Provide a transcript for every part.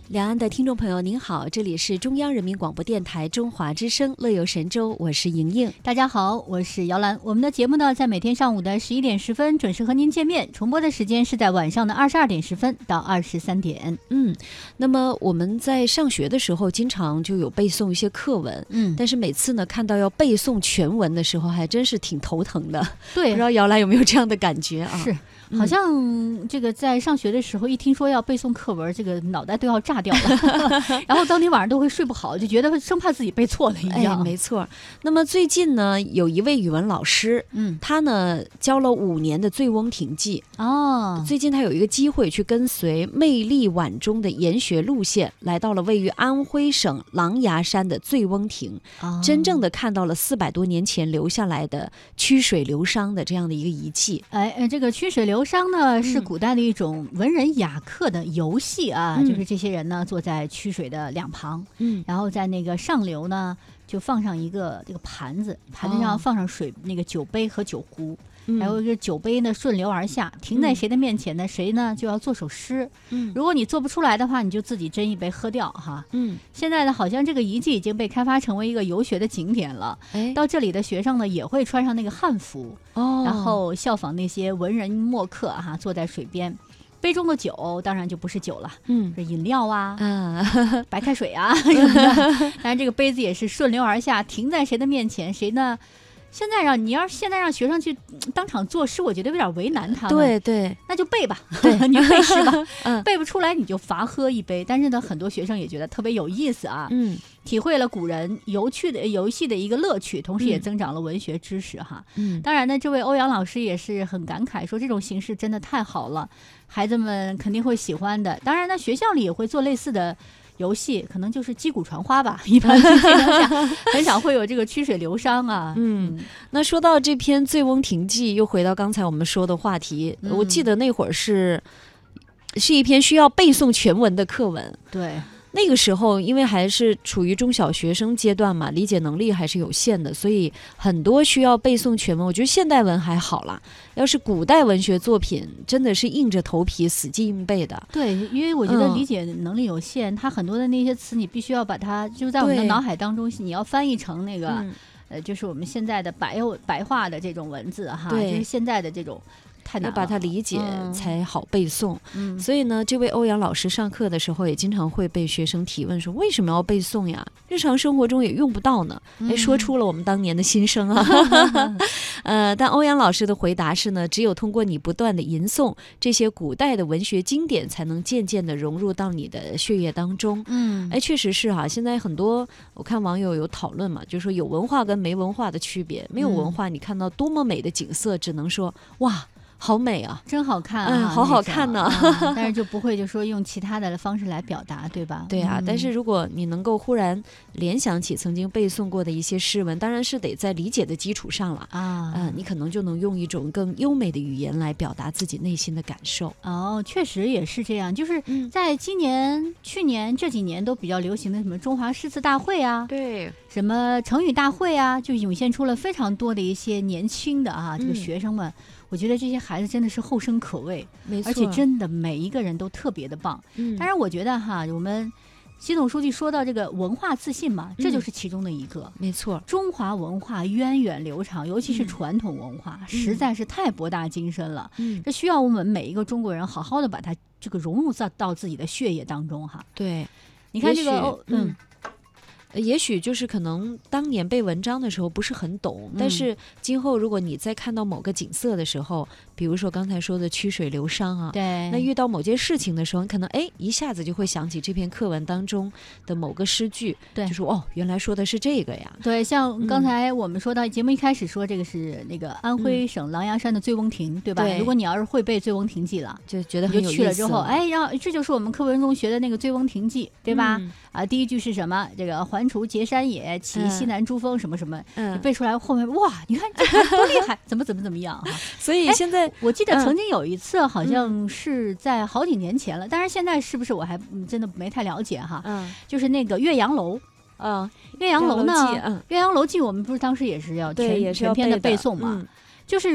两岸的听众朋友您好，这里是中央人民广播电台中华之声乐游神州，我是莹莹。 大家好，我是姚兰。我们的节目呢，在每天上午的11点10分准时和您见面，重播的时间是在晚上的22点10分到23点。 那么我们在上学的时候经常就有背诵一些课文，但是每次呢看到要背诵全文的时候还真是挺头疼的。 对， 不知道姚兰有没有这样的感觉啊？ 是。好像这个在上学的时候，一听说要背诵课文，这个脑袋都要炸掉了，然后当天晚上都会睡不好，就觉得生怕自己背错了一样。 没错。那么最近呢，有一位语文老师，他呢教了5年的《醉翁亭记》最近他有一个机会去跟随魅力晚钟的研学路线，来到了位于安徽省狼牙山的醉翁亭，真正的看到了400多年前留下来的曲水流觞的这样的一个遗迹。 这个曲水流觞呢，是古代的一种文人雅客的游戏啊，就是这些人呢坐在曲水的两旁，然后在那个上流呢就放上一个这个盘子上放上水，那个酒杯和酒壶，还有一个酒杯呢顺流而下，停在谁的面前呢，谁呢就要做首诗。如果你做不出来的话，你就自己斟一杯喝掉哈。现在呢，好像这个遗迹已经被开发成为一个游学的景点了。到这里的学生呢，也会穿上那个汉服，然后效仿那些文人墨客哈，坐在水边。杯中的酒当然就不是酒了，是饮料啊，白开水啊什么的。当然这个杯子也是顺流而下，停在谁的面前，谁呢？现在让学生去当场作诗，我觉得有点为难他们。对，那就背吧，你背诗吧。背不出来你就罚喝一杯。但是呢，很多学生也觉得特别有意思啊，体会了古人游戏的一个乐趣，同时也增长了文学知识哈。当然呢，这位欧阳老师也是很感慨，说这种形式真的太好了，孩子们肯定会喜欢的。当然呢，学校里也会做类似的游戏，可能就是击鼓传花吧，一般很少会有这个曲水流觞啊。 那说到这篇《醉翁亭记》，又回到刚才我们说的话题，我记得那会儿是一篇需要背诵全文的课文。 对。 那个时候因为还是处于中小学生阶段嘛，理解能力还是有限的，所以很多需要背诵全文。我觉得现代文还好啦，要是古代文学作品真的是硬着头皮死记硬背的。 对，因为我觉得理解能力有限，它很多的那些词你必须要把它就在我们的脑海当中，你要翻译成那个就是我们现在的白话的这种文字哈，就是现在的这种太难了， 要把它理解才好背诵。所以呢，这位欧阳老师上课的时候也经常会被学生提问说，为什么要背诵呀？日常生活中也用不到呢。说出了我们当年的心声啊。但欧阳老师的回答是呢，只有通过你不断的吟诵这些古代的文学经典，才能渐渐的融入到你的血液当中。确实是哈。现在很多我看网友有讨论嘛，就是说有文化跟没文化的区别。没有文化，你看到多么美的景色，只能说哇，好美啊， 真好看啊， 好好看呢。 但是就不会就说用其他的方式来表达，对吧？ 对啊。但是如果你能够忽然联想起曾经背诵过的一些诗文，当然是得在理解的基础上了你可能就能用一种更优美的语言来表达自己内心的感受。 确实也是这样。就是在今年、去年这几年都比较流行的什么中华诗词大会啊， 对， 什么成语大会啊，就涌现出了非常多的一些年轻的这个学生们。我觉得这些孩子真的是后生可畏， 没错， 而且真的每一个人都特别的棒。当然我觉得我们习总书记说到这个文化自信嘛，这就是其中的一个。 没错， 中华文化源远流长，尤其是传统文化，实在是太博大精深了。这需要我们每一个中国人好好的把它这个融入到自己的血液当中哈。 对， 你看这个也许就是可能当年背文章的时候不是很懂，但是今后如果你在看到某个景色的时候，比如说刚才说的曲水流觞啊， 对， 那遇到某件事情的时候，你可能一下子就会想起这篇课文当中的某个诗句， 对， 就说原来说的是这个呀。 对，像刚才我们说到节目一开始说这个是那个安徽省狼牙山的醉翁亭，对吧？ 对， 如果你要是会背《醉翁亭记》了， 就觉得很有意思， 你就去了之后，这就是我们课文中学的那个《醉翁亭记》，对吧？第一句是什么？这个环滁结山也，起西南诸峰什么什么，你背出来后面哇，你看这多厉害，怎么样哈。 所以现在我记得曾经有一次，好像是在好几年前了，但是现在是不是我还真的没太了解哈。就是那个岳阳楼。岳阳楼呢？岳阳楼记我们不是当时也是要全篇的背诵嘛？就是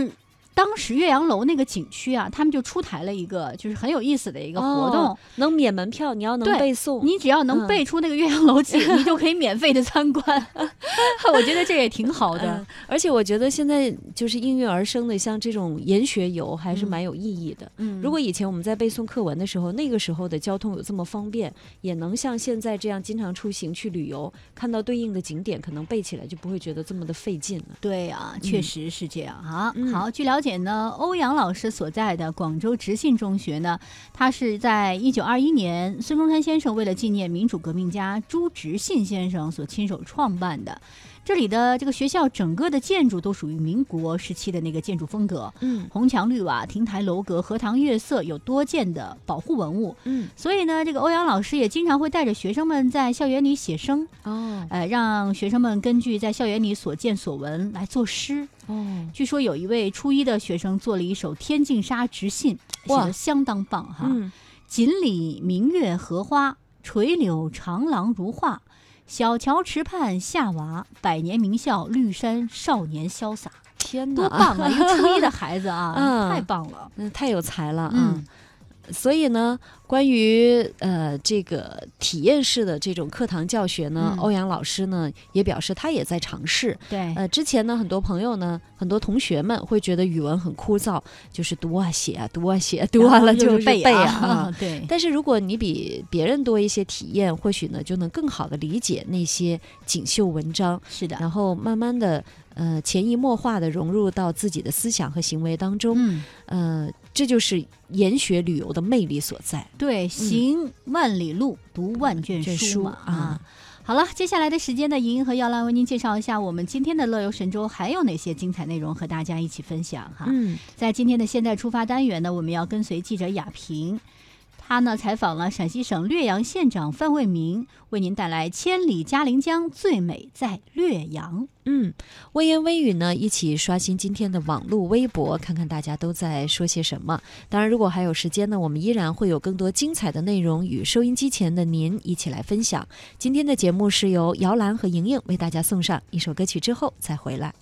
当时岳阳楼那个景区啊，他们就出台了一个就是很有意思的一个活动， 能免门票，你要能背诵， 你只要能背出那个岳阳楼记，你就可以免费的参观。我觉得这也挺好的， 而且我觉得现在就是应运而生的，像这种研学游还是蛮有意义的。如果以前我们在背诵课文的时候，那个时候的交通有这么方便，也能像现在这样经常出行去旅游，看到对应的景点，可能背起来就不会觉得这么的费劲了。 对啊，确实是这样啊。好，据了解呢，欧阳老师所在的广州直信中学呢，他是在1921年孙中山先生为了纪念民主革命家朱直信先生所亲手创办的。这里的这个学校整个的建筑都属于民国时期的那个建筑风格，红墙绿瓦、亭台楼阁、荷塘月色，有多件的保护文物。所以呢，这个欧阳老师也经常会带着学生们在校园里写生，让学生们根据在校园里所见所闻来作诗。据说有一位初一的学生做了一首《天净沙·直信》，写得相当棒哈。锦里明月荷花，垂柳长廊如画。小桥池畔夏娃，百年名校绿山少年潇洒。 天哪， 多棒啊！一个初一的孩子啊，太棒了， 太有才了啊！所以呢，关于这个体验式的这种课堂教学呢，欧阳老师呢也表示他也在尝试。 对， 之前呢，很多朋友呢，很多同学们会觉得语文很枯燥，就是读啊写啊读啊写，读完了就是背啊。 对。 但是如果你比别人多一些体验，或许呢就能更好的理解那些锦绣文章。 是的。 然后慢慢的潜移默化的融入到自己的思想和行为当中。这就是研学旅游的魅力所在。 对，行万里路，读万卷书嘛啊。好了，接下来的时间呢，莹莹和耀兰为您介绍一下我们今天的乐游神州还有哪些精彩内容和大家一起分享哈。在今天的现代出发单元呢，我们要跟随记者雅萍，他呢采访了陕西省略阳县长范卫民，为您带来千里嘉陵江，最美在略阳。 微言微语呢，一起刷新今天的网络微博，看看大家都在说些什么。当然，如果还有时间呢，我们依然会有更多精彩的内容与收音机前的您一起来分享。今天的节目是由姚兰和莹莹为大家送上一首歌曲之后再回来。